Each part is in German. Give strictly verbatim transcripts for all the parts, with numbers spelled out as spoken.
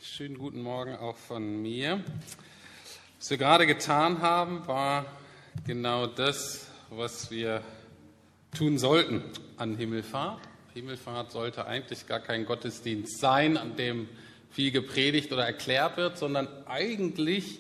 Schönen guten Morgen auch von mir. Was wir gerade getan haben, war genau das, was wir tun sollten an Himmelfahrt. Himmelfahrt sollte eigentlich gar kein Gottesdienst sein, an dem viel gepredigt oder erklärt wird, sondern eigentlich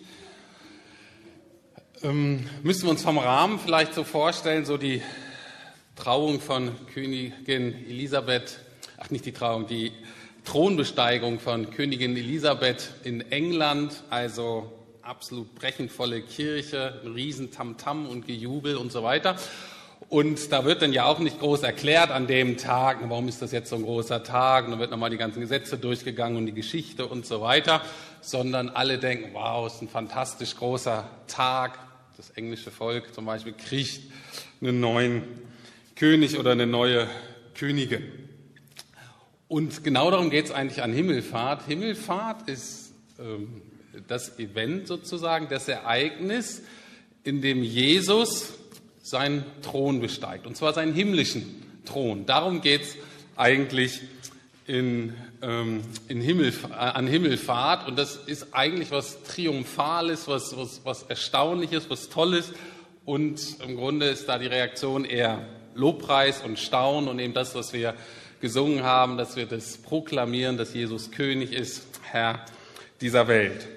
ähm, müssen wir uns vom Rahmen vielleicht so vorstellen, so die Trauung von Königin Elisabeth, ach nicht die Trauung, die Thronbesteigung von Königin Elisabeth in England, also absolut brechenvolle Kirche, ein riesen Tamtam und Gejubel und so weiter. Und da wird dann ja auch nicht groß erklärt an dem Tag, warum ist das jetzt so ein großer Tag, und dann wird nochmal die ganzen Gesetze durchgegangen und die Geschichte und so weiter, sondern alle denken, wow, ist ein fantastisch großer Tag. Das englische Volk zum Beispiel kriegt einen neuen König oder eine neue Königin. Und genau darum geht es eigentlich an Himmelfahrt. Himmelfahrt ist ähm, das Event sozusagen, das Ereignis, in dem Jesus seinen Thron besteigt, und zwar seinen himmlischen Thron. Darum geht es eigentlich in, ähm, in Himmelf- an Himmelfahrt, und das ist eigentlich was Triumphales, was, was, was Erstaunliches, was Tolles, und im Grunde ist da die Reaktion eher Lobpreis und Staunen und eben das, was wir gesungen haben, dass wir das proklamieren, dass Jesus König ist, Herr dieser Welt.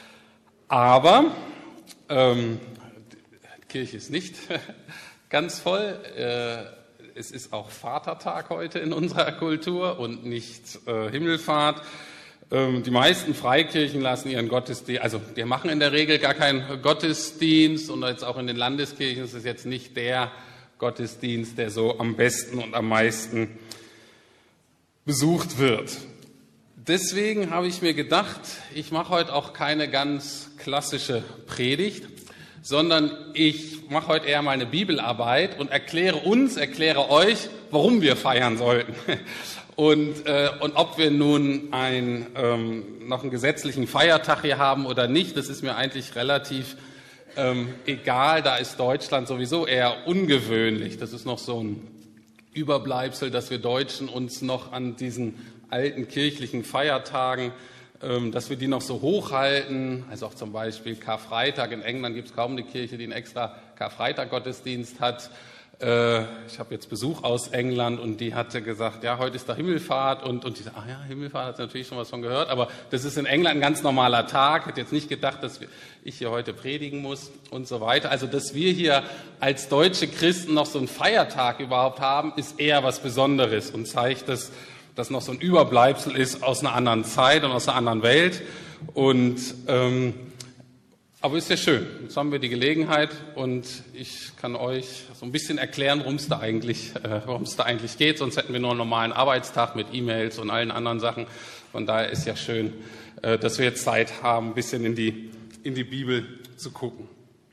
Aber ähm, die Kirche ist nicht ganz voll. Äh, es ist auch Vatertag heute in unserer Kultur und nicht äh, Himmelfahrt. Ähm, die meisten Freikirchen lassen ihren Gottesdienst, also wir machen in der Regel gar keinen Gottesdienst, und jetzt auch in den Landeskirchen ist es jetzt nicht der Gottesdienst, der so am besten und am meisten besucht wird. Deswegen habe ich mir gedacht, ich mache heute auch keine ganz klassische Predigt, sondern ich mache heute eher mal eine Bibelarbeit und erkläre uns, erkläre euch, warum wir feiern sollten. Und, äh, und ob wir nun ein, ähm, noch einen gesetzlichen Feiertag hier haben oder nicht, das ist mir eigentlich relativ ähm, egal. Da ist Deutschland sowieso eher ungewöhnlich. Das ist noch so ein Überbleibsel, dass wir Deutschen uns noch an diesen alten kirchlichen Feiertagen, ähm, dass wir die noch so hochhalten. Also auch zum Beispiel Karfreitag. In England gibt es kaum eine Kirche, die einen extra Karfreitag-Gottesdienst hat. Äh, ich habe jetzt Besuch aus England, und die hatte gesagt, ja, heute ist da Himmelfahrt, und, und die sagte, ah ja, Himmelfahrt, hat natürlich schon was von gehört, aber das ist in England ein ganz normaler Tag. Ich hätte jetzt nicht gedacht, dass wir, ich hier heute predigen muss und so weiter. Also, dass wir hier als deutsche Christen noch so einen Feiertag überhaupt haben, ist eher was Besonderes und zeigt, dass das noch so ein Überbleibsel ist aus einer anderen Zeit und aus einer anderen Welt. Und ähm, aber ist ja schön. Jetzt haben wir die Gelegenheit, und ich kann euch so ein bisschen erklären, worum es da eigentlich, äh, worum es da eigentlich geht. Sonst hätten wir nur einen normalen Arbeitstag mit E-Mails und allen anderen Sachen. Von daher ist ja schön, äh, dass wir jetzt Zeit haben, ein bisschen in die, in die Bibel zu gucken.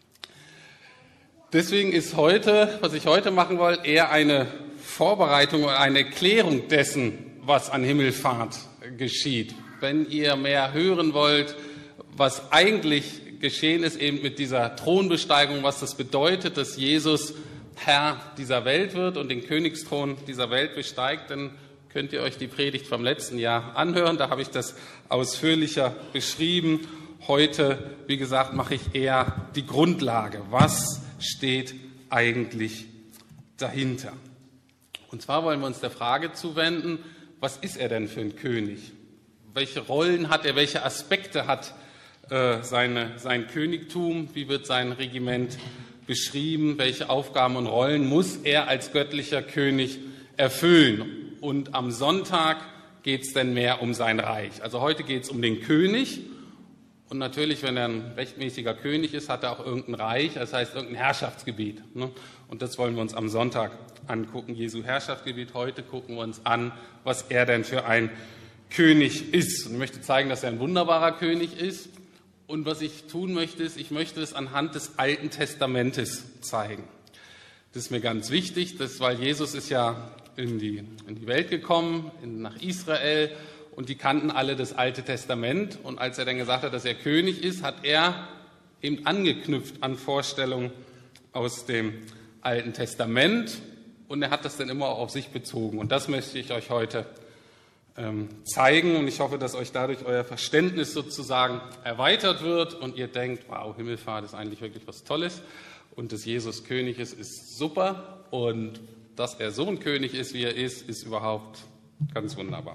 Deswegen ist heute, was ich heute machen wollte, eher eine Vorbereitung oder eine Erklärung dessen, was an Himmelfahrt geschieht. Wenn ihr mehr hören wollt, was eigentlich geschehen ist eben mit dieser Thronbesteigung, was das bedeutet, dass Jesus Herr dieser Welt wird und den Königsthron dieser Welt besteigt, dann könnt ihr euch die Predigt vom letzten Jahr anhören. Da habe ich das ausführlicher beschrieben. Heute, wie gesagt, mache ich eher die Grundlage. Was steht eigentlich dahinter? Und zwar wollen wir uns der Frage zuwenden, was ist er denn für ein König? Welche Rollen hat er, welche Aspekte hat Seine, sein Königtum, wie wird sein Regiment beschrieben, welche Aufgaben und Rollen muss er als göttlicher König erfüllen. Und am Sonntag geht es dann mehr um sein Reich. Also heute geht es um den König, und natürlich, wenn er ein rechtmäßiger König ist, hat er auch irgendein Reich, das heißt irgendein Herrschaftsgebiet. Und das wollen wir uns am Sonntag angucken, Jesu Herrschaftsgebiet. Heute gucken wir uns an, was er denn für ein König ist. Und ich möchte zeigen, dass er ein wunderbarer König ist. Und was ich tun möchte, ist, ich möchte es anhand des Alten Testamentes zeigen. Das ist mir ganz wichtig, dass, weil Jesus ist ja in die, in die Welt gekommen, in, nach Israel, und die kannten alle das Alte Testament. Und als er dann gesagt hat, dass er König ist, hat er eben angeknüpft an Vorstellungen aus dem Alten Testament. Und er hat das dann immer auch auf sich bezogen. Und das möchte ich euch heute ähm, zeigen. Und ich hoffe, dass euch dadurch euer Verständnis sozusagen erweitert wird und ihr denkt, wow, Himmelfahrt ist eigentlich wirklich was Tolles und dass Jesus König ist, ist super und dass er so ein König ist, wie er ist, ist überhaupt ganz wunderbar.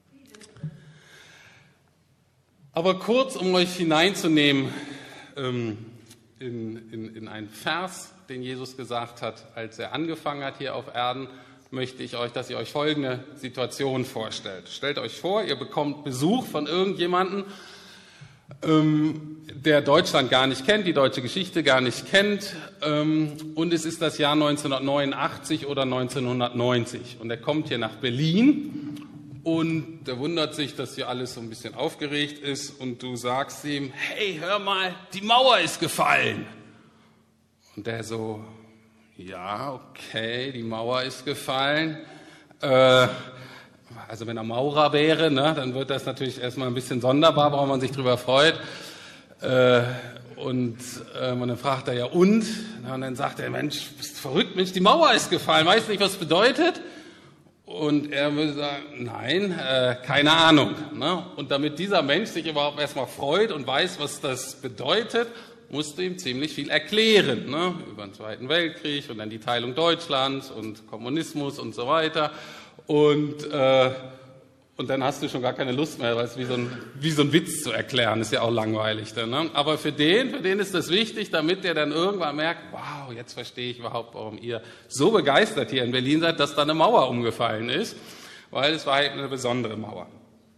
Aber kurz, um euch hineinzunehmen ähm, in, in, in einen Vers, den Jesus gesagt hat, als er angefangen hat hier auf Erden, möchte ich euch, dass ihr euch folgende Situation vorstellt. Stellt euch vor, ihr bekommt Besuch von irgendjemandem, ähm, der Deutschland gar nicht kennt, die deutsche Geschichte gar nicht kennt, ähm, und es ist das Jahr neunzehnhundertneunundachtzig oder neunzehnhundertneunzig und er kommt hier nach Berlin. Und der wundert sich, dass hier alles so ein bisschen aufgeregt ist und du sagst ihm, hey, hör mal, die Mauer ist gefallen. Und der so, ja, okay, die Mauer ist gefallen. Äh, also wenn er Maurer wäre, ne, dann wird das natürlich erstmal ein bisschen sonderbar, warum man sich drüber freut. Äh, und, äh, und dann fragt er, ja und? Und dann sagt er, Mensch, bist du verrückt, Mensch, die Mauer ist gefallen, weißt du nicht, was das bedeutet? Und er würde sagen, nein, äh, keine Ahnung. Ne? Und damit dieser Mensch sich überhaupt erstmal freut und weiß, was das bedeutet, musst du ihm ziemlich viel erklären. Ne? Über den Zweiten Weltkrieg und dann die Teilung Deutschlands und Kommunismus und so weiter. Und, äh, und dann hast du schon gar keine Lust mehr, weil es wie so ein, wie so ein Witz zu erklären ist ja auch langweilig. Dann, ne? Aber für den, für den ist das wichtig, damit der dann irgendwann merkt, wow, jetzt verstehe ich überhaupt, warum ihr so begeistert hier in Berlin seid, dass da eine Mauer umgefallen ist, weil es war eine besondere Mauer.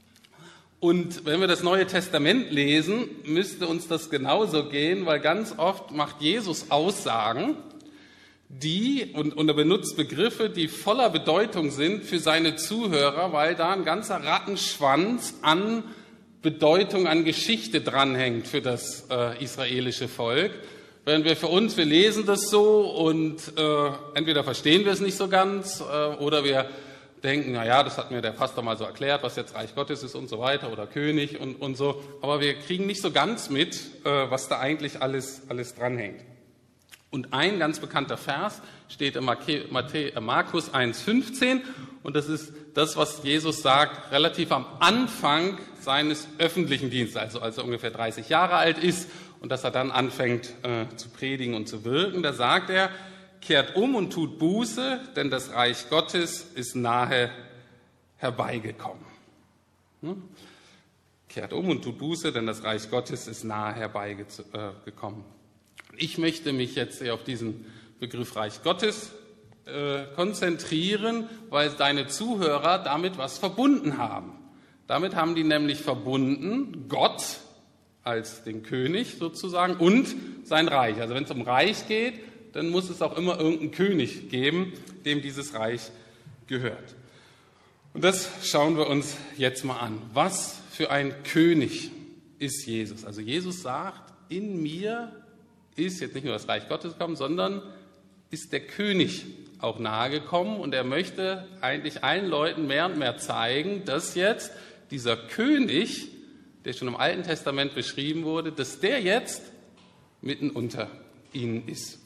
Und wenn wir das Neue Testament lesen, müsste uns das genauso gehen, weil ganz oft macht Jesus Aussagen, die, und, und er benutzt Begriffe, die voller Bedeutung sind für seine Zuhörer, weil da ein ganzer Rattenschwanz an Bedeutung, an Geschichte dranhängt für das äh, israelische Volk. Während wir für uns, wir lesen das so und äh, entweder verstehen wir es nicht so ganz äh, oder wir denken, na ja, das hat mir der Pastor mal so erklärt, was jetzt Reich Gottes ist und so weiter oder König und, und so. Aber wir kriegen nicht so ganz mit, äh, was da eigentlich alles, alles dranhängt. Und ein ganz bekannter Vers steht in Markus eins fünfzehn und das ist das, was Jesus sagt, relativ am Anfang seines öffentlichen Dienstes, also als er ungefähr dreißig Jahre alt ist und dass er dann anfängt äh, zu predigen und zu wirken. Da sagt er, kehrt um und tut Buße, denn das Reich Gottes ist nahe herbeigekommen. Hm? Kehrt um und tut Buße, denn das Reich Gottes ist nahe herbeigekommen. Ich möchte mich jetzt auf diesen Begriff Reich Gottes äh, konzentrieren, weil deine Zuhörer damit was verbunden haben. Damit haben die nämlich verbunden Gott als den König sozusagen und sein Reich. Also wenn es um Reich geht, dann muss es auch immer irgendeinen König geben, dem dieses Reich gehört. Und das schauen wir uns jetzt mal an. Was für ein König ist Jesus? Also Jesus sagt, in mir ist jetzt nicht nur das Reich Gottes gekommen, sondern ist der König auch nahe gekommen und er möchte eigentlich allen Leuten mehr und mehr zeigen, dass jetzt dieser König, der schon im Alten Testament beschrieben wurde, dass der jetzt mitten unter ihnen ist.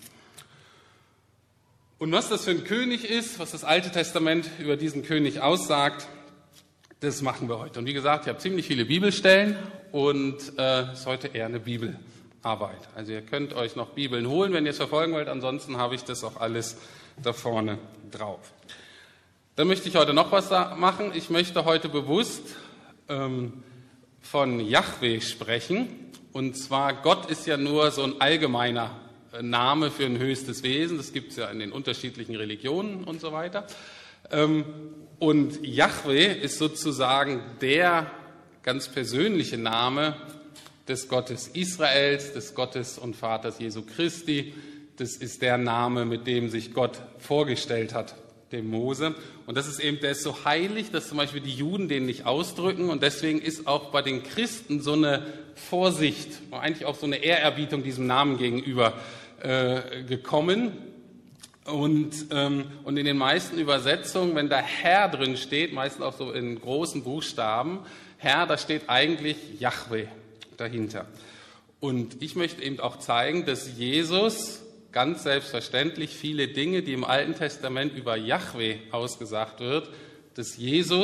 Und was das für ein König ist, was das Alte Testament über diesen König aussagt, das machen wir heute. Und wie gesagt, ich habe ziemlich viele Bibelstellen und es äh, ist heute eher eine Bibel. Arbeit. Also ihr könnt euch noch Bibeln holen, wenn ihr es verfolgen wollt, ansonsten habe ich das auch alles da vorne drauf. Dann möchte ich heute noch was machen. Ich möchte heute bewusst ähm, von Jahwe sprechen. Und zwar, Gott ist ja nur so ein allgemeiner Name für ein höchstes Wesen. Das gibt es ja in den unterschiedlichen Religionen und so weiter. Ähm, und Jahwe ist sozusagen der ganz persönliche Name des Gottes Israels, des Gottes und Vaters Jesu Christi. Das ist der Name, mit dem sich Gott vorgestellt hat, dem Mose. Und das ist eben, der ist so heilig, dass zum Beispiel die Juden den nicht ausdrücken. Und deswegen ist auch bei den Christen so eine Vorsicht, eigentlich auch so eine Ehrerbietung diesem Namen gegenüber äh, gekommen. Und, ähm, und in den meisten Übersetzungen, wenn da Herr drin steht, meistens auch so in großen Buchstaben, Herr, da steht eigentlich Jahwe dahinter. Und ich möchte eben auch zeigen, dass Jesus ganz selbstverständlich viele Dinge, die im Alten Testament über Jahwe ausgesagt wird, dass Jesus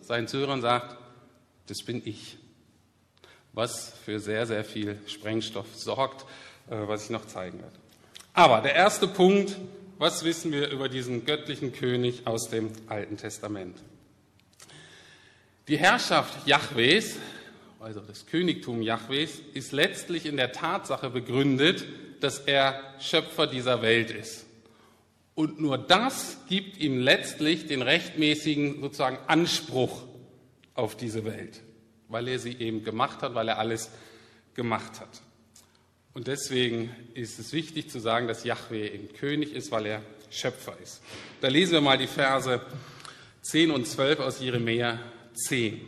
seinen Zuhörern sagt, das bin ich. Was für sehr, sehr viel Sprengstoff sorgt, was ich noch zeigen werde. Aber der erste Punkt, was wissen wir über diesen göttlichen König aus dem Alten Testament? Die Herrschaft Jahwes, also das Königtum Jahwes, ist letztlich in der Tatsache begründet, dass er Schöpfer dieser Welt ist. Und nur das gibt ihm letztlich den rechtmäßigen sozusagen Anspruch auf diese Welt, weil er sie eben gemacht hat, weil er alles gemacht hat. Und deswegen ist es wichtig zu sagen, dass Jahwe eben König ist, weil er Schöpfer ist. Da lesen wir mal die Verse zehn und zwölf aus Jeremia zehn.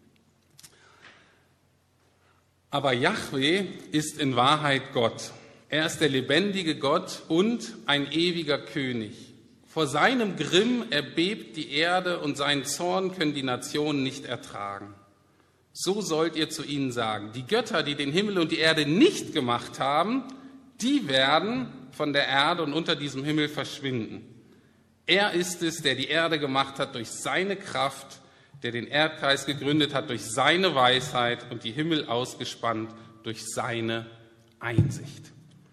Aber Jahwe ist in Wahrheit Gott. Er ist der lebendige Gott und ein ewiger König. Vor seinem Grimm erbebt die Erde und seinen Zorn können die Nationen nicht ertragen. So sollt ihr zu ihnen sagen, die Götter, die den Himmel und die Erde nicht gemacht haben, die werden von der Erde und unter diesem Himmel verschwinden. Er ist es, der die Erde gemacht hat durch seine Kraft, der den Erdkreis gegründet hat durch seine Weisheit und die Himmel ausgespannt durch seine Einsicht.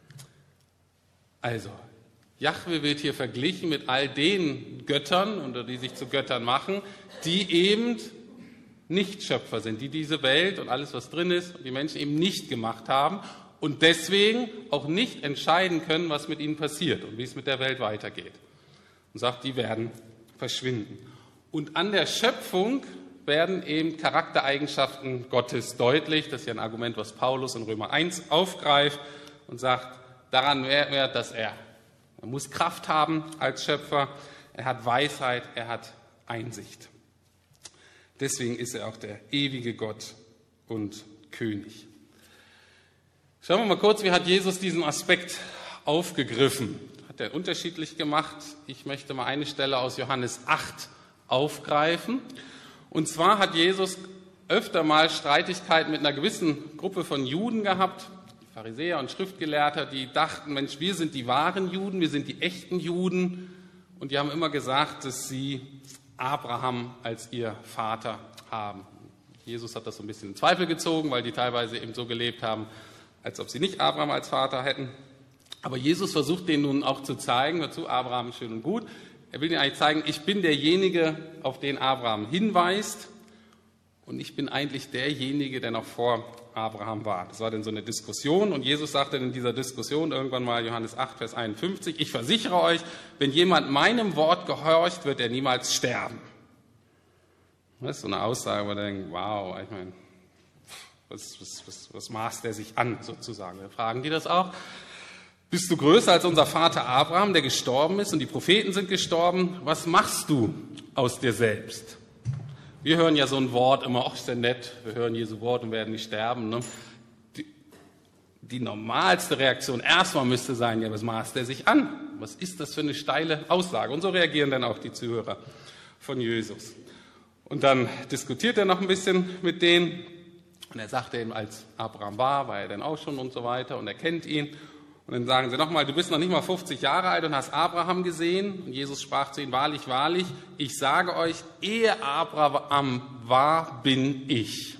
Also, Jahwe wird hier verglichen mit all den Göttern, oder die sich zu Göttern machen, die eben nicht Schöpfer sind, die diese Welt und alles, was drin ist, und die Menschen eben nicht gemacht haben und deswegen auch nicht entscheiden können, was mit ihnen passiert und wie es mit der Welt weitergeht. Und sagt, die werden verschwinden. Und an der Schöpfung werden eben Charaktereigenschaften Gottes deutlich. Das ist ja ein Argument, was Paulus in Römer eins aufgreift und sagt, daran wäre, dass er, er muss Kraft haben als Schöpfer, er hat Weisheit, er hat Einsicht. Deswegen ist er auch der ewige Gott und König. Schauen wir mal kurz, wie hat Jesus diesen Aspekt aufgegriffen? Hat er unterschiedlich gemacht? Ich möchte mal eine Stelle aus Johannes acht aufgreifen. Und zwar hat Jesus öfter mal Streitigkeiten mit einer gewissen Gruppe von Juden gehabt, Pharisäer und Schriftgelehrter, die dachten, Mensch, wir sind die wahren Juden, wir sind die echten Juden. Und die haben immer gesagt, dass sie Abraham als ihr Vater haben. Jesus hat das so ein bisschen in Zweifel gezogen, weil die teilweise eben so gelebt haben, als ob sie nicht Abraham als Vater hätten. Aber Jesus versucht denen nun auch zu zeigen, dazu Abraham schön und gut, er will ihnen eigentlich zeigen, ich bin derjenige, auf den Abraham hinweist und ich bin eigentlich derjenige, der noch vor Abraham war. Das war dann so eine Diskussion und Jesus sagte in dieser Diskussion irgendwann mal, Johannes acht, Vers einundfünfzig, ich versichere euch, wenn jemand meinem Wort gehorcht, wird er niemals sterben. Das ist so eine Aussage, wo wir denken, wow, ich meine, was, was, was, was maßt der sich an sozusagen? Da fragen die das auch. Bist du größer als unser Vater Abraham, der gestorben ist und die Propheten sind gestorben? Was machst du aus dir selbst? Wir hören ja so ein Wort immer, ach, ist ja nett, wir hören Jesu Wort und werden nicht sterben. Ne? Die, die normalste Reaktion erstmal müsste sein, ja, was maßt er sich an? Was ist das für eine steile Aussage? Und so reagieren dann auch die Zuhörer von Jesus. Und dann diskutiert er noch ein bisschen mit denen und er sagt eben, als Abraham war, war er dann auch schon und so weiter und er kennt ihn. Und dann sagen sie nochmal, du bist noch nicht mal fünfzig Jahre alt und hast Abraham gesehen. Und Jesus sprach zu ihnen, wahrlich, wahrlich, ich sage euch, ehe Abraham war, bin ich.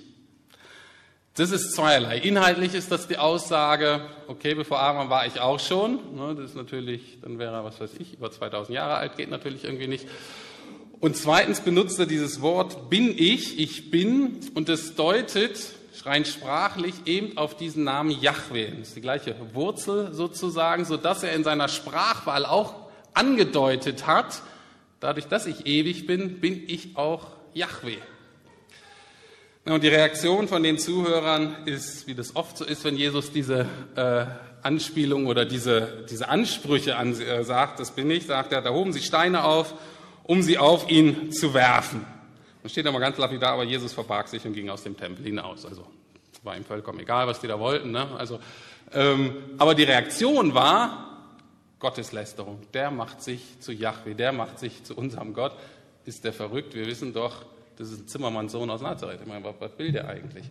Das ist zweierlei. Inhaltlich ist das die Aussage, okay, bevor Abraham war ich auch schon. Das ist natürlich, dann wäre er, was weiß ich, über zweitausend Jahre alt, geht natürlich irgendwie nicht. Und zweitens benutzt er dieses Wort, bin ich, ich bin. Und das deutet rein sprachlich eben auf diesen Namen Jahwe. Das ist die gleiche Wurzel sozusagen, sodass er in seiner Sprachwahl auch angedeutet hat, dadurch, dass ich ewig bin, bin ich auch Jahwe. Und die Reaktion von den Zuhörern ist, wie das oft so ist, wenn Jesus diese äh, Anspielung oder diese, diese Ansprüche an, äh, sagt, das bin ich, sagt er, da hoben sie Steine auf, um sie auf ihn zu werfen. Da steht aber ganz lapidar, aber Jesus verbarg sich und ging aus dem Tempel hinaus. Also war ihm vollkommen egal, was die da wollten. Ne? Also, ähm, aber die Reaktion war Gotteslästerung. Der macht sich zu Jahwe, der macht sich zu unserem Gott. Ist der verrückt? Wir wissen doch, das ist ein Zimmermannssohn aus Nazareth. Ich meine, was, was will der eigentlich?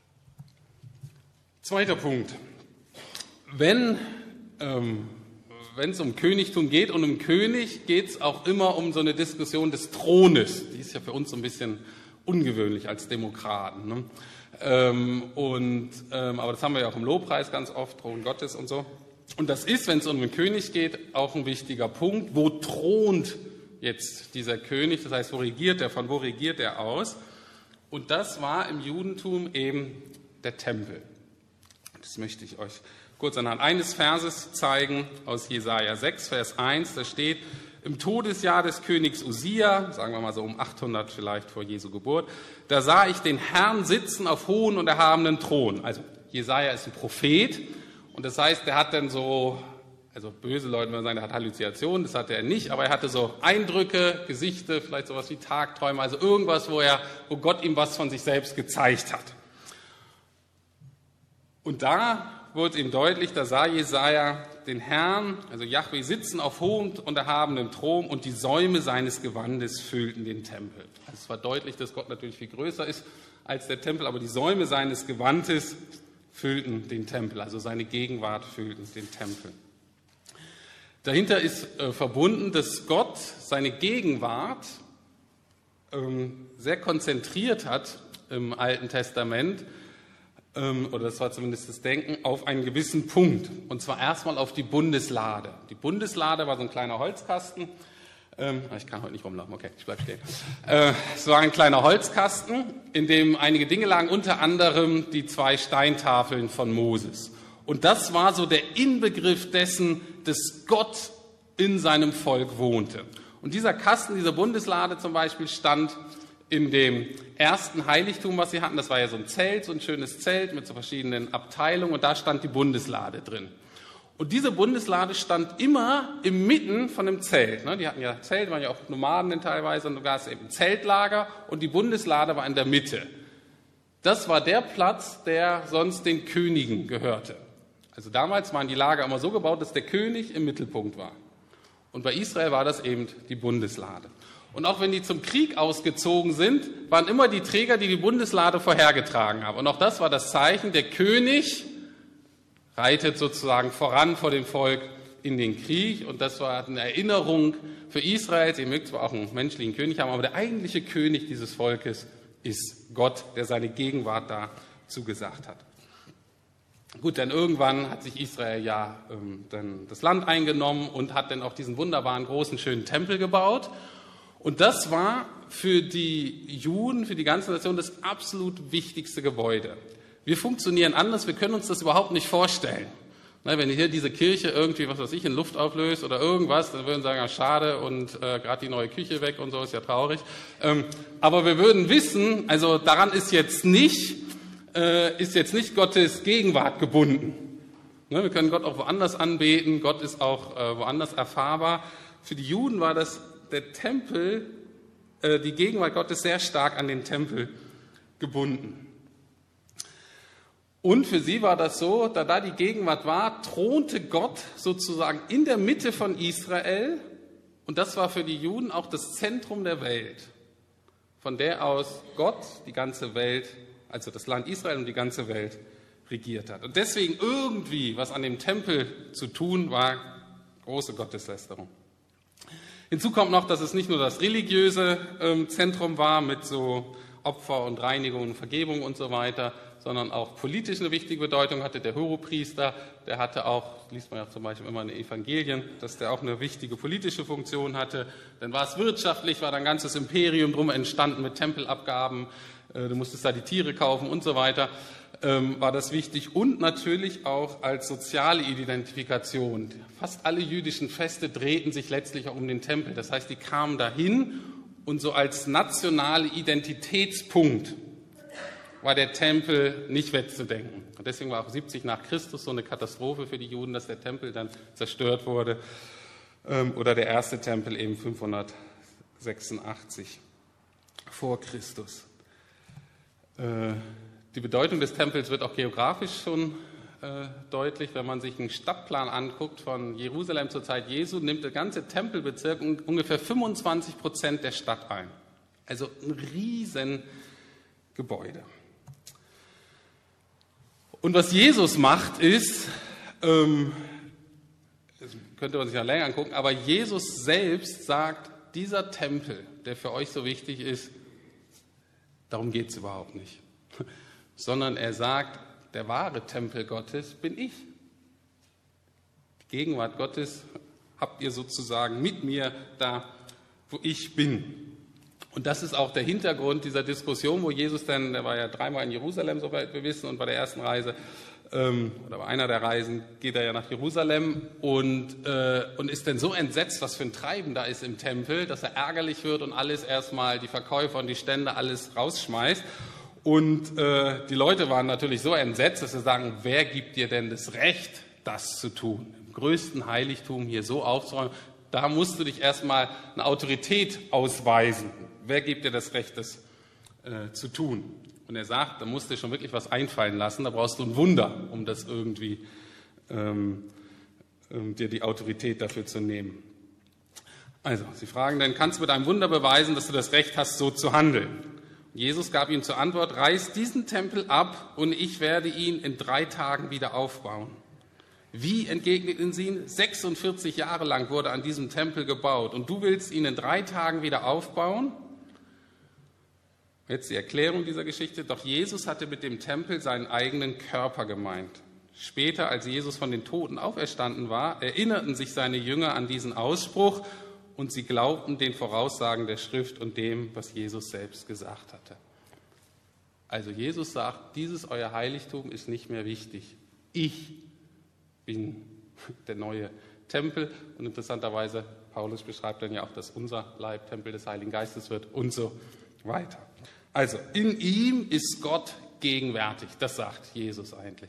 Zweiter Punkt. Wenn, ähm, wenn es um Königtum geht und um König, geht es auch immer um so eine Diskussion des Thrones. Die ist ja für uns so ein bisschen ungewöhnlich als Demokraten. Ne? Ähm, und, ähm, aber das haben wir ja auch im Lobpreis ganz oft, Thron Gottes und so. Und das ist, wenn es um den König geht, auch ein wichtiger Punkt. Wo thront jetzt dieser König? Das heißt, wo regiert er? Von wo regiert er aus? Und das war im Judentum eben der Tempel. Das möchte ich euch kurz anhand eines Verses zeigen aus Jesaja sechs, Vers eins. Da steht: Im Todesjahr des Königs Usia, sagen wir mal so um achthundert vielleicht vor Jesu Geburt, da sah ich den Herrn sitzen auf hohen und erhabenen Thron. Also Jesaja ist ein Prophet und das heißt, der hat dann so, also böse Leute würden sagen, der hat Halluzinationen, das hatte er nicht, aber er hatte so Eindrücke, Gesichter, vielleicht sowas wie Tagträume, also irgendwas, wo er, wo Gott ihm was von sich selbst gezeigt hat. Und da wurde ihm deutlich, da sah Jesaja den Herrn, also Jahwe, sitzen auf hohem und erhabenem Thron und die Säume seines Gewandes füllten den Tempel. Also es war deutlich, dass Gott natürlich viel größer ist als der Tempel, aber die Säume seines Gewandes füllten den Tempel, also seine Gegenwart füllten den Tempel. Dahinter ist äh, verbunden, dass Gott seine Gegenwart ähm, sehr konzentriert hat im Alten Testament, oder das war zumindest das Denken, auf einen gewissen Punkt. Und zwar erstmal auf die Bundeslade. Die Bundeslade war so ein kleiner Holzkasten. Ähm, ich kann heute nicht rumlaufen, okay, ich bleibe stehen. Äh, es war ein kleiner Holzkasten, in dem einige Dinge lagen, unter anderem die zwei Steintafeln von Moses. Und das war so der Inbegriff dessen, dass Gott in seinem Volk wohnte. Und dieser Kasten, diese Bundeslade zum Beispiel, stand in dem ersten Heiligtum, was sie hatten. Das war ja so ein Zelt, so ein schönes Zelt mit so verschiedenen Abteilungen und da stand die Bundeslade drin. Und diese Bundeslade stand immer inmitten von dem Zelt. Die hatten ja Zelt, waren ja auch Nomaden teilweise und da gab es eben ein Zeltlager und die Bundeslade war in der Mitte. Das war der Platz, der sonst den Königen gehörte. Also damals waren die Lager immer so gebaut, dass der König im Mittelpunkt war. Und bei Israel war das eben die Bundeslade. Und auch wenn die zum Krieg ausgezogen sind, waren immer die Träger, die die Bundeslade vorhergetragen haben. Und auch das war das Zeichen, der König reitet sozusagen voran vor dem Volk in den Krieg. Und das war eine Erinnerung für Israel. Ihr mögt zwar auch einen menschlichen König haben, aber der eigentliche König dieses Volkes ist Gott, der seine Gegenwart da zugesagt hat. Gut, dann irgendwann hat sich Israel ja ähm, dann das Land eingenommen und hat dann auch diesen wunderbaren, großen, schönen Tempel gebaut. Und das war für die Juden, für die ganze Nation das absolut wichtigste Gebäude. Wir funktionieren anders, wir können uns das überhaupt nicht vorstellen. Na, wenn hier diese Kirche irgendwie, was weiß ich, in Luft auflöst oder irgendwas, dann würden wir sagen, ja, schade und äh, gerade die neue Küche weg und so, ist ja traurig. Ähm, aber wir würden wissen, also daran ist jetzt nicht, äh, ist jetzt nicht Gottes Gegenwart gebunden. Ne, wir können Gott auch woanders anbeten, Gott ist auch äh, woanders erfahrbar. Für die Juden war das der Tempel, äh, die Gegenwart Gottes sehr stark an den Tempel gebunden. Und für sie war das so, da da die Gegenwart war, thronte Gott sozusagen in der Mitte von Israel und das war für die Juden auch das Zentrum der Welt, von der aus Gott die ganze Welt, also das Land Israel und die ganze Welt regiert hat. Und deswegen irgendwie, was an dem Tempel zu tun war, große Gotteslästerung. Hinzu kommt noch, dass es nicht nur das religiöse ähm, Zentrum war mit so Opfer und Reinigung und Vergebung und so weiter, sondern auch politisch eine wichtige Bedeutung hatte. Der Hohepriester, der hatte auch, liest man ja zum Beispiel immer in den Evangelien, dass der auch eine wichtige politische Funktion hatte. Dann war es wirtschaftlich, war da ein ganzes Imperium drum entstanden mit Tempelabgaben, äh, du musstest da die Tiere kaufen und so weiter. Ähm, war das wichtig und natürlich auch als soziale Identifikation. Fast alle jüdischen Feste drehten sich letztlich auch um den Tempel. Das heißt, die kamen dahin und so als nationale Identitätspunkt war der Tempel nicht wegzudenken. Und deswegen war auch siebzig nach Christus so eine Katastrophe für die Juden, dass der Tempel dann zerstört wurde ähm, oder der erste Tempel eben fünfhundertsechsundachtzig vor Christus. Äh, Die Bedeutung des Tempels wird auch geografisch schon äh, deutlich. Wenn man sich einen Stadtplan anguckt von Jerusalem zur Zeit Jesu, nimmt der ganze Tempelbezirk ungefähr fünfundzwanzig Prozent der Stadt ein. Also ein Riesengebäude. Und was Jesus macht, ist, ähm, das könnte man sich ja länger angucken, aber Jesus selbst sagt, dieser Tempel, der für euch so wichtig ist, darum geht es überhaupt nicht. Sondern er sagt, der wahre Tempel Gottes bin ich. Die Gegenwart Gottes habt ihr sozusagen mit mir da, wo ich bin. Und das ist auch der Hintergrund dieser Diskussion, wo Jesus dann, der war ja dreimal in Jerusalem, soweit wir wissen, und bei der ersten Reise, ähm, oder bei einer der Reisen, geht er ja nach Jerusalem und, äh, und ist dann so entsetzt, was für ein Treiben da ist im Tempel, dass er ärgerlich wird und alles erstmal, die Verkäufer und die Stände, alles rausschmeißt. Und äh, die Leute waren natürlich so entsetzt, dass sie sagen, wer gibt dir denn das Recht, das zu tun? Im größten Heiligtum hier so aufzuräumen, da musst du dich erstmal eine Autorität ausweisen. Wer gibt dir das Recht, das äh, zu tun? Und er sagt, da musst du dir schon wirklich was einfallen lassen, da brauchst du ein Wunder, um das irgendwie, ähm, ähm, dir die Autorität dafür zu nehmen. Also, sie fragen dann, kannst du mit einem Wunder beweisen, dass du das Recht hast, so zu handeln? Jesus gab ihm zur Antwort, reiß diesen Tempel ab und ich werde ihn in drei Tagen wieder aufbauen. Wie, entgegneten sie, sechsundvierzig Jahre lang wurde an diesem Tempel gebaut und du willst ihn in drei Tagen wieder aufbauen? Jetzt die Erklärung dieser Geschichte. Doch Jesus hatte mit dem Tempel seinen eigenen Körper gemeint. Später, als Jesus von den Toten auferstanden war, erinnerten sich seine Jünger an diesen Ausspruch und sie glaubten den Voraussagen der Schrift und dem, was Jesus selbst gesagt hatte. Also Jesus sagt, dieses euer Heiligtum ist nicht mehr wichtig. Ich bin der neue Tempel. Und interessanterweise, Paulus beschreibt dann ja auch, dass unser Leib Tempel des Heiligen Geistes wird und so weiter. Also, in ihm ist Gott gegenwärtig. Das sagt Jesus eigentlich.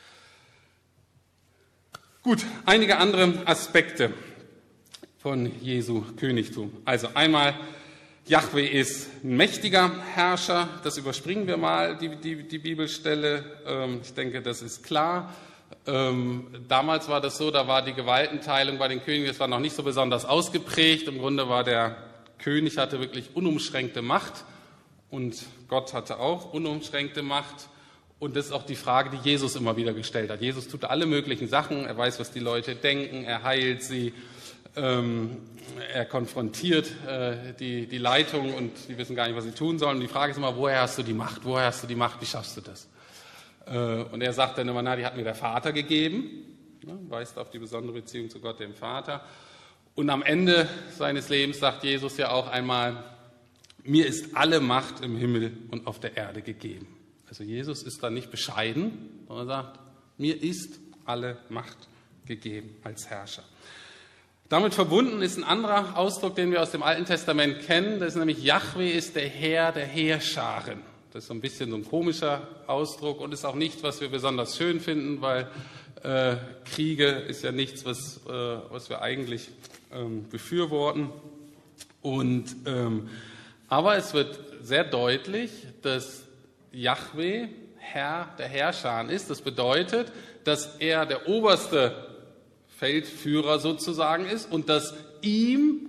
Gut, einige andere Aspekte von Jesu Königtum. Also einmal, Jahwe ist ein mächtiger Herrscher. Das überspringen wir mal, die, die, die Bibelstelle. Ähm, ich denke, das ist klar. Ähm, damals war das so, da war die Gewaltenteilung bei den Königen, das war noch nicht so besonders ausgeprägt. Im Grunde war der König, hatte wirklich unumschränkte Macht und Gott hatte auch unumschränkte Macht. Und das ist auch die Frage, die Jesus immer wieder gestellt hat. Jesus tut alle möglichen Sachen, er weiß, was die Leute denken, er heilt sie, ähm, er konfrontiert äh, die, die Leitung und die wissen gar nicht, was sie tun sollen. Und die Frage ist immer, woher hast du die Macht? Woher hast du die Macht? Wie schaffst du das? Und er sagt dann immer, na, die hat mir der Vater gegeben, ne, weist auf die besondere Beziehung zu Gott, dem Vater. Und am Ende seines Lebens sagt Jesus ja auch einmal, mir ist alle Macht im Himmel und auf der Erde gegeben. Also Jesus ist da nicht bescheiden, sondern sagt, mir ist alle Macht gegeben als Herrscher. Damit verbunden ist ein anderer Ausdruck, den wir aus dem Alten Testament kennen, das ist nämlich, Jahwe ist der Herr der Heerscharen. Das ist so ein bisschen so ein komischer Ausdruck und ist auch nicht, was wir besonders schön finden, weil äh, Kriege ist ja nichts, was, äh, was wir eigentlich ähm, befürworten. Und, ähm, aber es wird sehr deutlich, dass Jahwe Herr der Heerscharen ist. Das bedeutet, dass er der oberste Feldführer sozusagen ist und dass ihm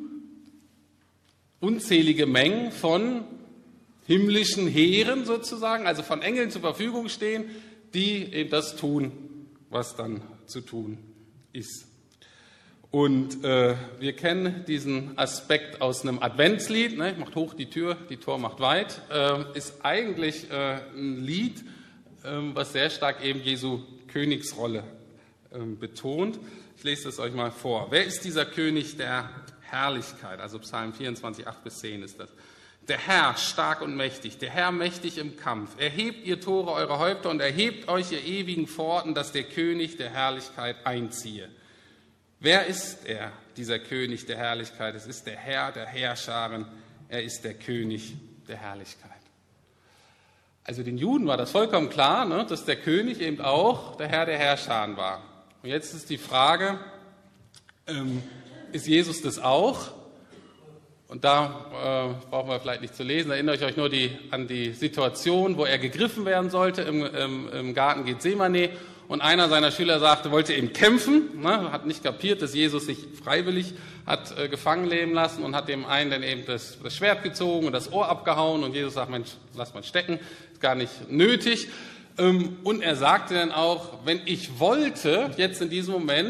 unzählige Mengen von himmlischen Heeren sozusagen, also von Engeln zur Verfügung stehen, die eben das tun, was dann zu tun ist. Und äh, wir kennen diesen Aspekt aus einem Adventslied, ne? Macht hoch die Tür, die Tor macht weit, äh, ist eigentlich äh, ein Lied, äh, was sehr stark eben Jesu Königsrolle äh, betont. Ich lese das euch mal vor. Wer ist dieser König der Herrlichkeit? Also Psalm vierundzwanzig, acht bis zehn ist das. Der Herr, stark und mächtig, der Herr mächtig im Kampf. Erhebt ihr Tore eure Häupter und erhebt euch ihr ewigen Pforten, dass der König der Herrlichkeit einziehe. Wer ist er, dieser König der Herrlichkeit? Es ist der Herr der Heerscharen, er ist der König der Herrlichkeit. Also den Juden war das vollkommen klar, ne, dass der König eben auch der Herr der Heerscharen war. Und jetzt ist die Frage, ähm, ist Jesus das auch? Und da äh, brauchen wir vielleicht nicht zu lesen, erinnere ich euch nur die, an die Situation, wo er gegriffen werden sollte im, im, im Garten Gethsemane. Und einer seiner Schüler sagte, wollte eben kämpfen, ne, hat nicht kapiert, dass Jesus sich freiwillig hat äh, gefangen nehmen lassen und hat dem einen dann eben das, das Schwert gezogen und das Ohr abgehauen. Und Jesus sagt, Mensch, lass mal stecken, ist gar nicht nötig. Ähm, und er sagte dann auch, wenn ich wollte, jetzt in diesem Moment,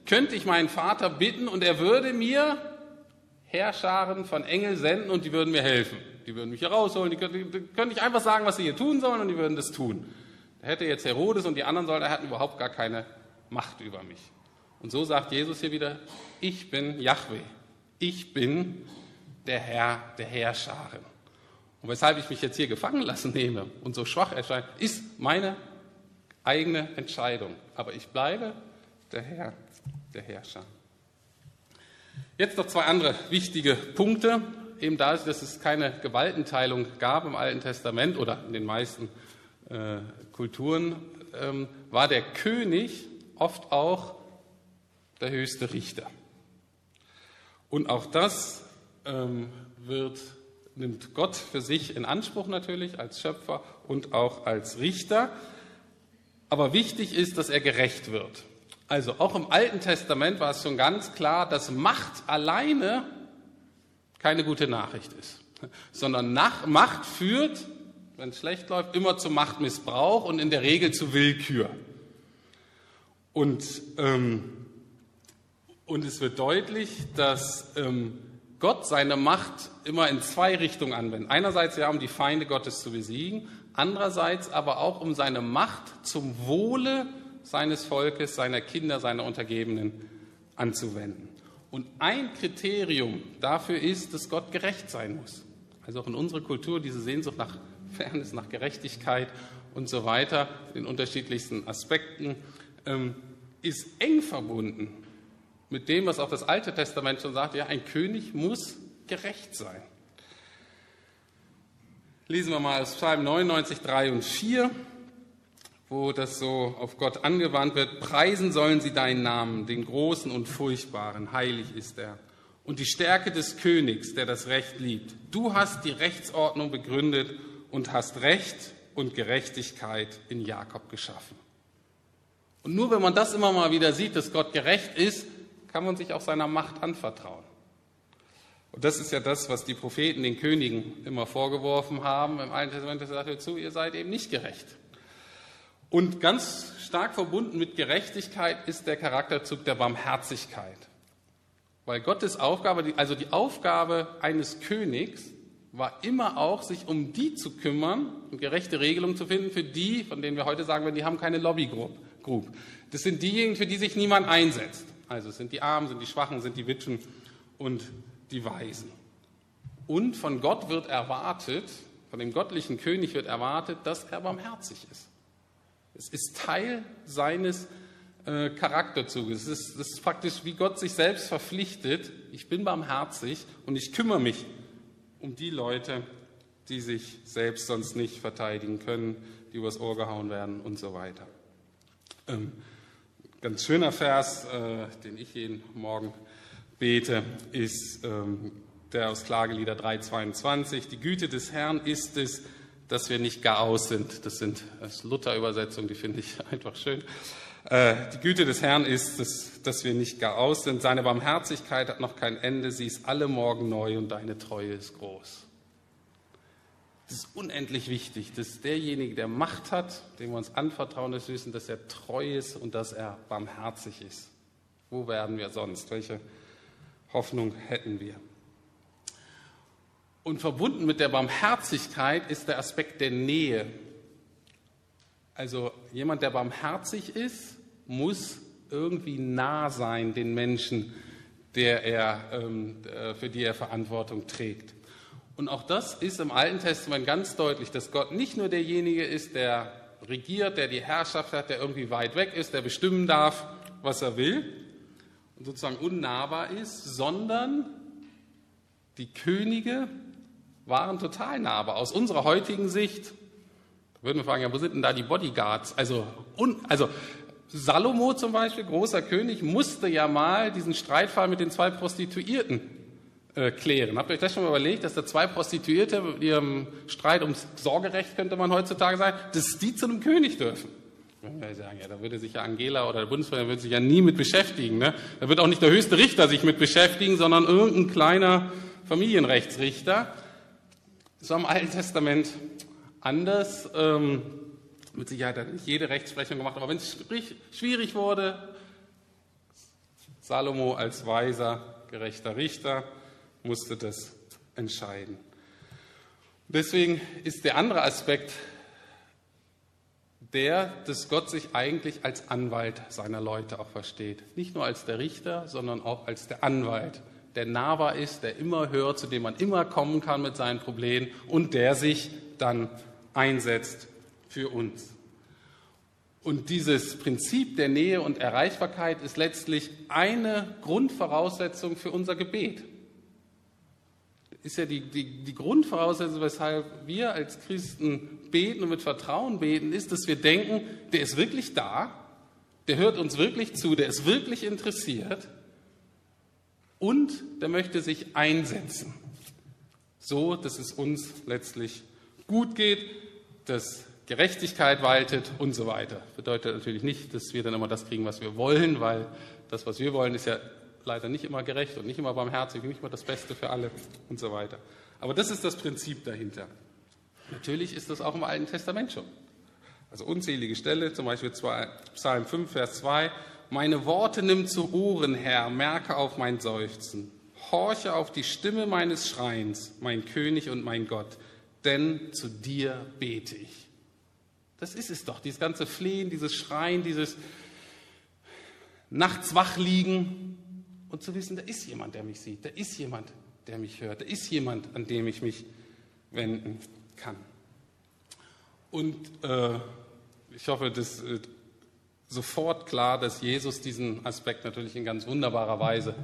könnte ich meinen Vater bitten und er würde mir Heerscharen von Engeln senden und die würden mir helfen. Die würden mich hier rausholen, die könnte, die könnte ich einfach sagen, was sie hier tun sollen und die würden das tun. Da hätte jetzt Herodes und die anderen Soldaten hatten überhaupt gar keine Macht über mich. Und so sagt Jesus hier wieder, ich bin Jahwe, ich bin der Herr der Heerscharen. Und weshalb ich mich jetzt hier gefangen lassen nehme und so schwach erscheine, ist meine eigene Entscheidung. Aber ich bleibe der Herr der Herrscher. Jetzt noch zwei andere wichtige Punkte. Eben da, dass es keine Gewaltenteilung gab im Alten Testament oder in den meisten äh, Kulturen, ähm, war der König oft auch der höchste Richter. Und auch das ähm, wird, nimmt Gott für sich in Anspruch natürlich als Schöpfer und auch als Richter. Aber wichtig ist, dass er gerecht wird. Also auch im Alten Testament war es schon ganz klar, dass Macht alleine keine gute Nachricht ist, sondern nach Macht führt, wenn es schlecht läuft, immer zu Machtmissbrauch und in der Regel zu Willkür. Und, ähm, und es wird deutlich, dass ähm, Gott seine Macht immer in zwei Richtungen anwendet. Einerseits ja, um die Feinde Gottes zu besiegen, andererseits aber auch, um seine Macht zum Wohle seines Volkes, seiner Kinder, seiner Untergebenen anzuwenden. Und ein Kriterium dafür ist, dass Gott gerecht sein muss. Also auch in unserer Kultur diese Sehnsucht nach Fairness, nach Gerechtigkeit und so weiter, in unterschiedlichsten Aspekten, ähm, ist eng verbunden mit dem, was auch das Alte Testament schon sagt, ja, ein König muss gerecht sein. Lesen wir mal aus Psalm neunundneunzig, drei und vier, wo das so auf Gott angewandt wird. Preisen sollen sie deinen Namen, den Großen und Furchtbaren, heilig ist er. Und die Stärke des Königs, der das Recht liebt. Du hast die Rechtsordnung begründet und hast Recht und Gerechtigkeit in Jakob geschaffen. Und nur wenn man das immer mal wieder sieht, dass Gott gerecht ist, kann man sich auch seiner Macht anvertrauen. Und das ist ja das, was die Propheten den Königen immer vorgeworfen haben. Im Alten Testament sagt er zu, ihr seid eben nicht gerecht. Und ganz stark verbunden mit Gerechtigkeit ist der Charakterzug der Barmherzigkeit. Weil Gottes Aufgabe, also die Aufgabe eines Königs, war immer auch, sich um die zu kümmern und gerechte Regelungen zu finden für die, von denen wir heute sagen würden, die haben keine Lobbygroup. Das sind diejenigen, für die sich niemand einsetzt. Also es sind die Armen, sind die Schwachen, sind die Witwen und die Waisen. Und von Gott wird erwartet, von dem göttlichen König wird erwartet, dass er barmherzig ist. Es ist Teil seines äh, Charakterzuges. Es ist, das ist praktisch, wie Gott sich selbst verpflichtet. Ich bin barmherzig und ich kümmere mich um die Leute, die sich selbst sonst nicht verteidigen können, die übers Ohr gehauen werden und so weiter. Ähm, ganz schöner Vers, äh, den ich jeden Morgen bete, ist ähm, der aus Klagelieder drei zweiundzwanzig. Die Güte des Herrn ist es, dass wir nicht gar aus sind. Das sind das Luther-Übersetzung, die finde ich einfach schön. Äh, die Güte des Herrn ist es, dass wir nicht gar aus sind. Seine Barmherzigkeit hat noch kein Ende. Sie ist alle Morgen neu und deine Treue ist groß. Es ist unendlich wichtig, dass derjenige, der Macht hat, dem wir uns anvertrauen, das wissen, dass er treu ist und dass er barmherzig ist. Wo wären wir sonst? Welche Hoffnung hätten wir? Und verbunden mit der Barmherzigkeit ist der Aspekt der Nähe. Also jemand, der barmherzig ist, muss irgendwie nah sein den Menschen, der er, ähm, für die er Verantwortung trägt. Und auch das ist im Alten Testament ganz deutlich, dass Gott nicht nur derjenige ist, der regiert, der die Herrschaft hat, der irgendwie weit weg ist, der bestimmen darf, was er will und sozusagen unnahbar ist, sondern die Könige waren total nahbar. Aus unserer heutigen Sicht, da würden wir fragen, ja, wo sind denn da die Bodyguards? Also, un, also Salomo zum Beispiel, großer König, musste ja mal diesen Streitfall mit den zwei Prostituierten äh, klären. Habt ihr euch das schon mal überlegt, dass da zwei Prostituierte mit ihrem Streit ums Sorgerecht, könnte man heutzutage sagen, dass die zu einem König dürfen? Wenn wir sagen, ja, da würde sich ja Angela oder der Bundespräsident würde sich ja nie mit beschäftigen. Ne? Da wird auch nicht der höchste Richter sich mit beschäftigen, sondern irgendein kleiner Familienrechtsrichter. Das war im Alten Testament anders. Ähm, mit Sicherheit hat nicht jede Rechtsprechung gemacht, aber wenn es schwierig wurde, Salomo als weiser, gerechter Richter musste das entscheiden. Deswegen ist der andere Aspekt der, dass Gott sich eigentlich als Anwalt seiner Leute auch versteht. Nicht nur als der Richter, sondern auch als der Anwalt, der nahbar ist, der immer hört, zu dem man immer kommen kann mit seinen Problemen und der sich dann einsetzt für uns. Und dieses Prinzip der Nähe und Erreichbarkeit ist letztlich eine Grundvoraussetzung für unser Gebet. Ist ja die, die, die Grundvoraussetzung, weshalb wir als Christen beten und mit Vertrauen beten, ist, dass wir denken, der ist wirklich da, der hört uns wirklich zu, der ist wirklich interessiert und der möchte sich einsetzen, so dass es uns letztlich gut geht, dass Gerechtigkeit waltet und so weiter. Bedeutet natürlich nicht, dass wir dann immer das kriegen, was wir wollen, weil das, was wir wollen, ist ja leider nicht immer gerecht und nicht immer barmherzig, nicht immer das Beste für alle und so weiter. Aber das ist das Prinzip dahinter. Natürlich ist das auch im Alten Testament schon. Also unzählige Stelle, zum Beispiel Psalm fünf, Vers zwei. Meine Worte nimm zu Ohren, Herr, merke auf mein Seufzen. Horche auf die Stimme meines Schreins, mein König und mein Gott, denn zu dir bete ich. Das ist es doch, dieses ganze Flehen, dieses Schreien, dieses nachts wach liegen und zu wissen, da ist jemand, der mich sieht, da ist jemand, der mich hört, da ist jemand, an dem ich mich wenden kann. Und äh, ich hoffe, das ist äh, sofort klar, dass Jesus diesen Aspekt natürlich in ganz wunderbarer Weise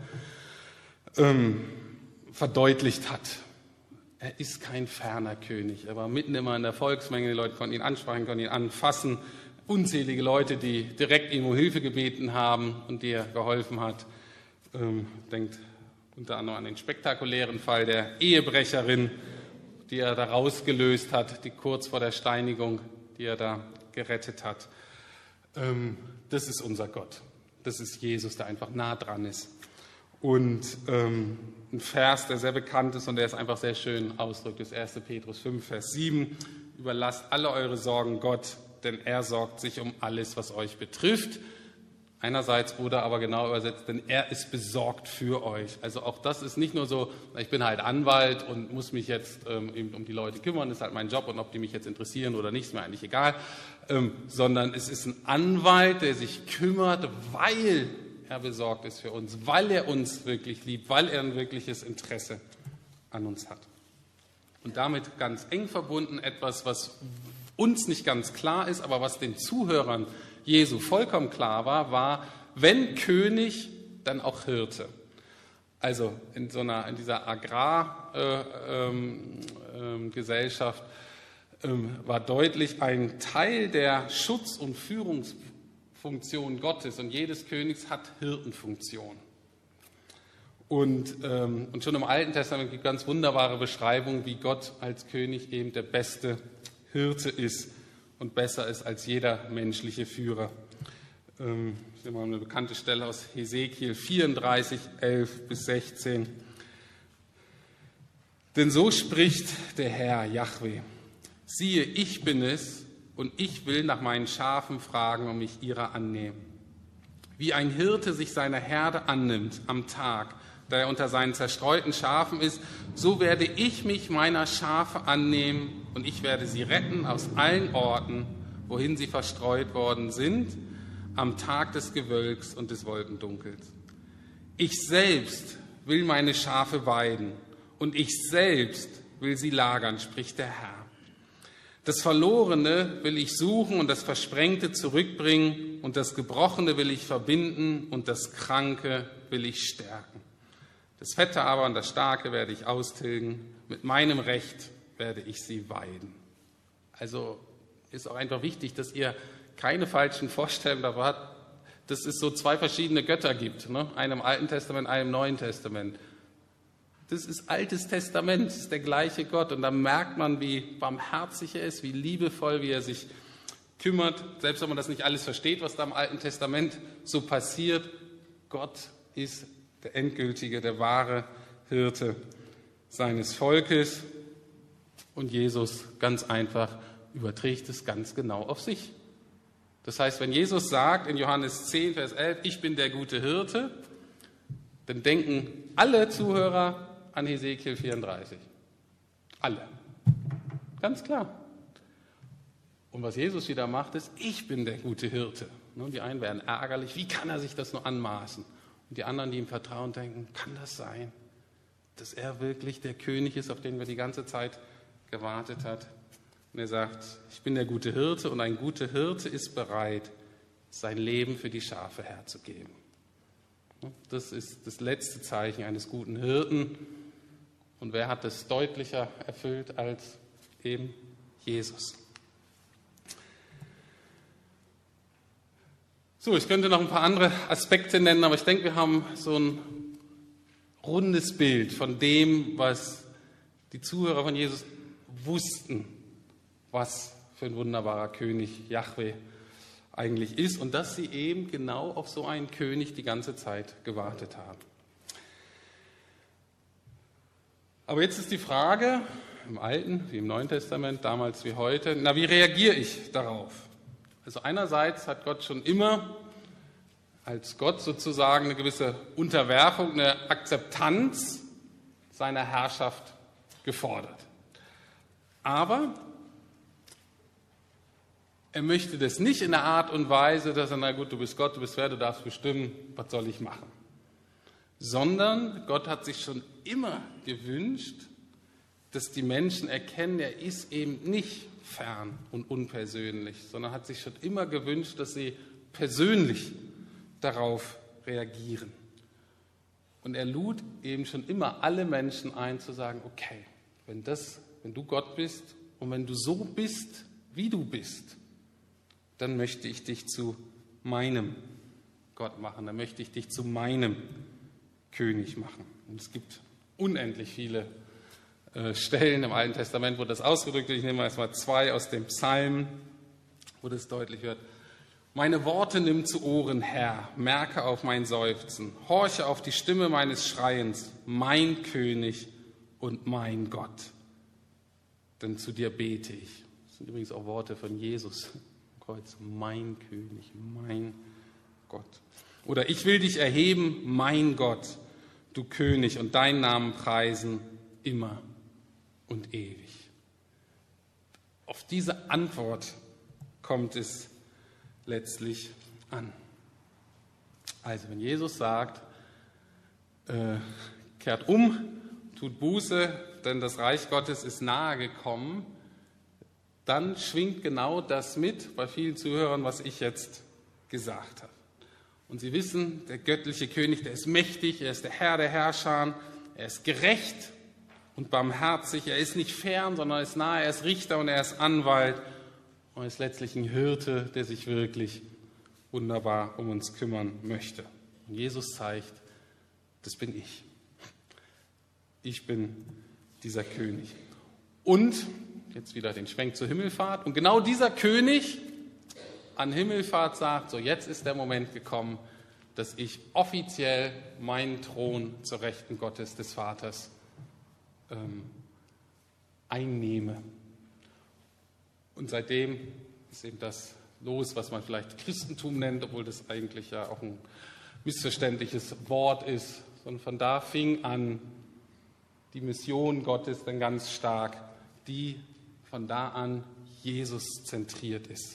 ähm, verdeutlicht hat. Er ist kein ferner König. Er war mitten immer in der Volksmenge. Die Leute konnten ihn ansprechen, konnten ihn anfassen. Unzählige Leute, die direkt ihm um Hilfe gebeten haben und die er geholfen hat. Ähm, denkt unter anderem an den spektakulären Fall der Ehebrecherin, die er da rausgelöst hat, die kurz vor der Steinigung, die er da gerettet hat. Ähm, das ist unser Gott. Das ist Jesus, der einfach nah dran ist. Und ähm, ein Vers, der sehr bekannt ist und der es einfach sehr schön ausdrückt, ist erster Petrus fünf, Vers sieben. Überlasst alle eure Sorgen Gott, denn er sorgt sich um alles, was euch betrifft. Einerseits oder aber genau übersetzt, denn er ist besorgt für euch. Also auch das ist nicht nur so, ich bin halt Anwalt und muss mich jetzt ähm, eben um die Leute kümmern, das ist halt mein Job und ob die mich jetzt interessieren oder nicht, ist mir eigentlich egal, ähm, sondern es ist ein Anwalt, der sich kümmert, weil er besorgt ist für uns, weil er uns wirklich liebt, weil er ein wirkliches Interesse an uns hat. Und damit ganz eng verbunden etwas, was uns nicht ganz klar ist, aber was den Zuhörern Jesu vollkommen klar war, war, wenn König, dann auch Hirte. Also in so einer, in dieser Agrargesellschaft äh, ähm, ähm, war deutlich, ein Teil der Schutz- und Führungsfunktion Gottes und jedes Königs hat Hirtenfunktion. Und, ähm, und schon im Alten Testament gibt es ganz wunderbare Beschreibungen, wie Gott als König eben der beste Hirte ist und besser ist als jeder menschliche Führer. Ähm, ich nehme mal eine bekannte Stelle aus Hesekiel vierunddreißig, elf bis sechzehn. Denn so spricht der Herr Jahwe: Siehe, ich bin es, und ich will nach meinen Schafen fragen und mich ihrer annehmen. Wie ein Hirte sich seiner Herde annimmt am Tag, da er unter seinen zerstreuten Schafen ist, so werde ich mich meiner Schafe annehmen und ich werde sie retten aus allen Orten, wohin sie verstreut worden sind, am Tag des Gewölks und des Wolkendunkels. Ich selbst will meine Schafe weiden und ich selbst will sie lagern, spricht der Herr. Das Verlorene will ich suchen und das Versprengte zurückbringen und das Gebrochene will ich verbinden und das Kranke will ich stärken. Das Fette aber und das Starke werde ich austilgen, mit meinem Recht werde ich sie weiden. Also ist auch einfach wichtig, dass ihr keine falschen Vorstellungen davon habt, dass es so zwei verschiedene Götter gibt, ne? Einen im Alten Testament, einen im Neuen Testament. Das ist Altes Testament, das ist der gleiche Gott und da merkt man, wie barmherzig er ist, wie liebevoll, wie er sich kümmert, selbst wenn man das nicht alles versteht, was da im Alten Testament so passiert. Gott ist der endgültige, der wahre Hirte seines Volkes. Und Jesus ganz einfach überträgt es ganz genau auf sich. Das heißt, wenn Jesus sagt in Johannes zehn, Vers elf, ich bin der gute Hirte, dann denken alle Zuhörer an Hesekiel vierunddreißig. Alle. Ganz klar. Und was Jesus wieder macht, ist, ich bin der gute Hirte. Und die einen werden ärgerlich, wie kann er sich das nur anmaßen? Und die anderen, die ihm vertrauen, denken, kann das sein, dass er wirklich der König ist, auf den wir die ganze Zeit gewartet hat? Und er sagt, ich bin der gute Hirte und ein guter Hirte ist bereit, sein Leben für die Schafe herzugeben. Das ist das letzte Zeichen eines guten Hirten. Und wer hat es deutlicher erfüllt als eben Jesus? So, ich könnte noch ein paar andere Aspekte nennen, aber ich denke, wir haben so ein rundes Bild von dem, was die Zuhörer von Jesus wussten, was für ein wunderbarer König Jahwe eigentlich ist und dass sie eben genau auf so einen König die ganze Zeit gewartet haben. Aber jetzt ist die Frage, im Alten wie im Neuen Testament, damals wie heute, na, wie reagiere ich darauf? Also einerseits hat Gott schon immer als Gott sozusagen eine gewisse Unterwerfung, eine Akzeptanz seiner Herrschaft gefordert. Aber er möchte das nicht in der Art und Weise, dass er, na gut, du bist Gott, du bist wer, du darfst bestimmen, was soll ich machen. Sondern Gott hat sich schon immer gewünscht, dass die Menschen erkennen, er ist eben nicht fern und unpersönlich, sondern hat sich schon immer gewünscht, dass sie persönlich darauf reagieren. Und er lud eben schon immer alle Menschen ein, zu sagen, okay, wenn, das, wenn du Gott bist und wenn du so bist, wie du bist, dann möchte ich dich zu meinem Gott machen, dann möchte ich dich zu meinem König machen. Und es gibt unendlich viele äh, Stellen im Alten Testament, wo das ausgedrückt wird. Ich nehme erstmal zwei aus dem Psalm, wo das deutlich wird. Meine Worte nimm zu Ohren, Herr, merke auf mein Seufzen, horche auf die Stimme meines Schreiens, mein König und mein Gott. Denn zu dir bete ich. Das sind übrigens auch Worte von Jesus am Kreuz. Mein König, mein Gott. Oder ich will dich erheben, mein Gott, du König, und deinen Namen preisen immer und ewig. Auf diese Antwort kommt es letztlich an. Also wenn Jesus sagt, äh, kehrt um, tut Buße, denn das Reich Gottes ist nahe gekommen, dann schwingt genau das mit bei vielen Zuhörern, was ich jetzt gesagt habe. Und sie wissen, der göttliche König, der ist mächtig, er ist der Herr der Herrscher, er ist gerecht und barmherzig, er ist nicht fern, sondern er ist nahe, er ist Richter und er ist Anwalt und er ist letztlich ein Hirte, der sich wirklich wunderbar um uns kümmern möchte. Und Jesus zeigt, das bin ich. Ich bin dieser König. Und, jetzt wieder den Schwenk zur Himmelfahrt, und genau dieser König an Himmelfahrt sagt, so jetzt ist der Moment gekommen, dass ich offiziell meinen Thron zur Rechten Gottes des Vaters ähm, einnehme. Und seitdem ist eben das los, was man vielleicht Christentum nennt, obwohl das eigentlich ja auch ein missverständliches Wort ist. Und von da fing an die Mission Gottes dann ganz stark, die von da an Jesus zentriert ist.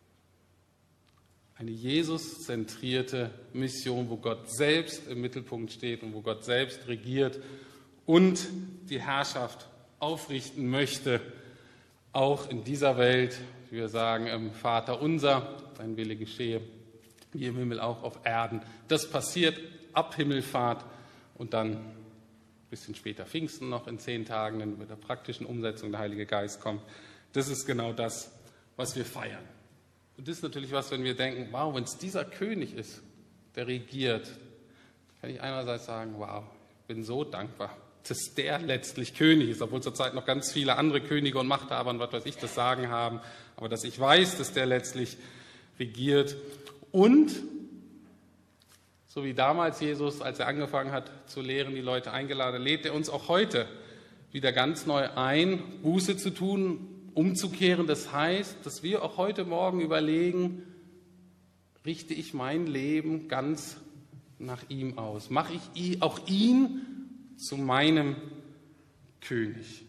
Eine Jesus-zentrierte Mission, wo Gott selbst im Mittelpunkt steht und wo Gott selbst regiert und die Herrschaft aufrichten möchte, auch in dieser Welt, wie wir sagen, im Vater unser, dein Wille geschehe, wie im Himmel auch auf Erden. Das passiert ab Himmelfahrt und dann ein bisschen später Pfingsten noch in zehn Tagen, dann mit der praktischen Umsetzung der Heilige Geist kommt. Das ist genau das, was wir feiern. Und das ist natürlich was, wenn wir denken, wow, wenn es dieser König ist, der regiert, kann ich einerseits sagen, wow, ich bin so dankbar, dass der letztlich König ist, obwohl zurzeit noch ganz viele andere Könige und Machthaber und was weiß ich das Sagen haben, aber dass ich weiß, dass der letztlich regiert. Und, so wie damals Jesus, als er angefangen hat zu lehren, die Leute eingeladen, lädt er uns auch heute wieder ganz neu ein, Buße zu tun, umzukehren. Das heißt, dass wir auch heute Morgen überlegen, richte ich mein Leben ganz nach ihm aus. Mache ich auch ihn zu meinem König.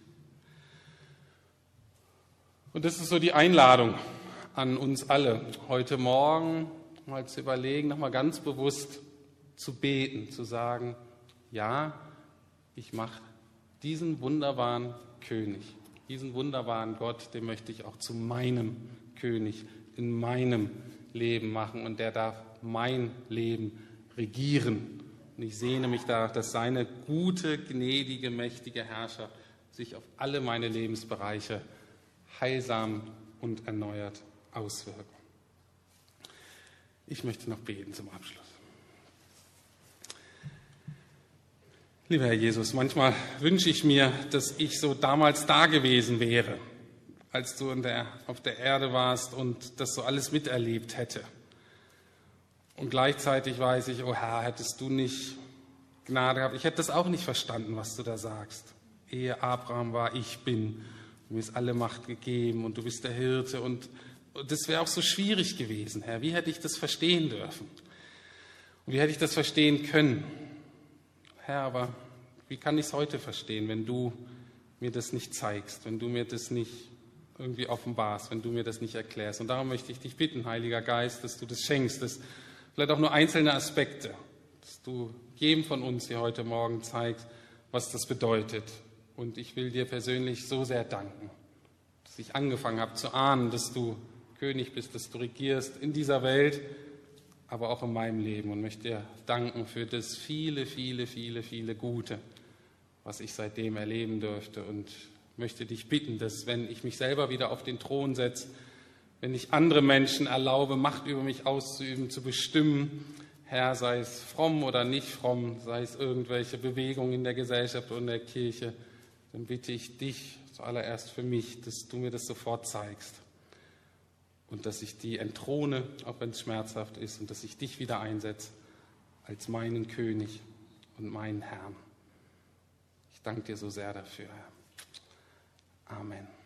Und das ist so die Einladung an uns alle, heute Morgen mal zu überlegen, nochmal ganz bewusst zu beten, zu sagen, ja, ich mache diesen wunderbaren König, diesen wunderbaren Gott, den möchte ich auch zu meinem König in meinem Leben machen und der darf mein Leben regieren. Und ich sehne mich danach, dass seine gute, gnädige, mächtige Herrschaft sich auf alle meine Lebensbereiche heilsam und erneuert auswirken. Ich möchte noch beten zum Abschluss. Lieber Herr Jesus, manchmal wünsche ich mir, dass ich so damals da gewesen wäre, als du in der, auf der Erde warst und das so alles miterlebt hätte. Und gleichzeitig weiß ich, oh Herr, hättest du nicht Gnade gehabt, ich hätte das auch nicht verstanden, was du da sagst. Ehe Abraham war, ich bin, mir ist alle Macht gegeben und du bist der Hirte. Und, und das wäre auch so schwierig gewesen, Herr. Wie hätte ich das verstehen dürfen? Und wie hätte ich das verstehen können? Herr, aber wie kann ich es heute verstehen, wenn du mir das nicht zeigst, wenn du mir das nicht irgendwie offenbarst, wenn du mir das nicht erklärst? Und darum möchte ich dich bitten, Heiliger Geist, dass du das schenkst, dass vielleicht auch nur einzelne Aspekte, dass du jedem von uns hier heute Morgen zeigst, was das bedeutet. Und ich will dir persönlich so sehr danken, dass ich angefangen habe zu ahnen, dass du König bist, dass du regierst in dieser Welt, aber auch in meinem Leben. Und möchte dir danken für das viele, viele, viele, viele Gute, was ich seitdem erleben durfte. Und möchte dich bitten, dass wenn ich mich selber wieder auf den Thron setze, wenn ich andere Menschen erlaube, Macht über mich auszuüben, zu bestimmen, Herr, sei es fromm oder nicht fromm, sei es irgendwelche Bewegungen in der Gesellschaft oder in der Kirche, dann bitte ich dich zuallererst für mich, dass du mir das sofort zeigst und dass ich die entthrone, auch wenn es schmerzhaft ist, und dass ich dich wieder einsetze als meinen König und meinen Herrn. Ich danke dir so sehr dafür, Herr. Amen.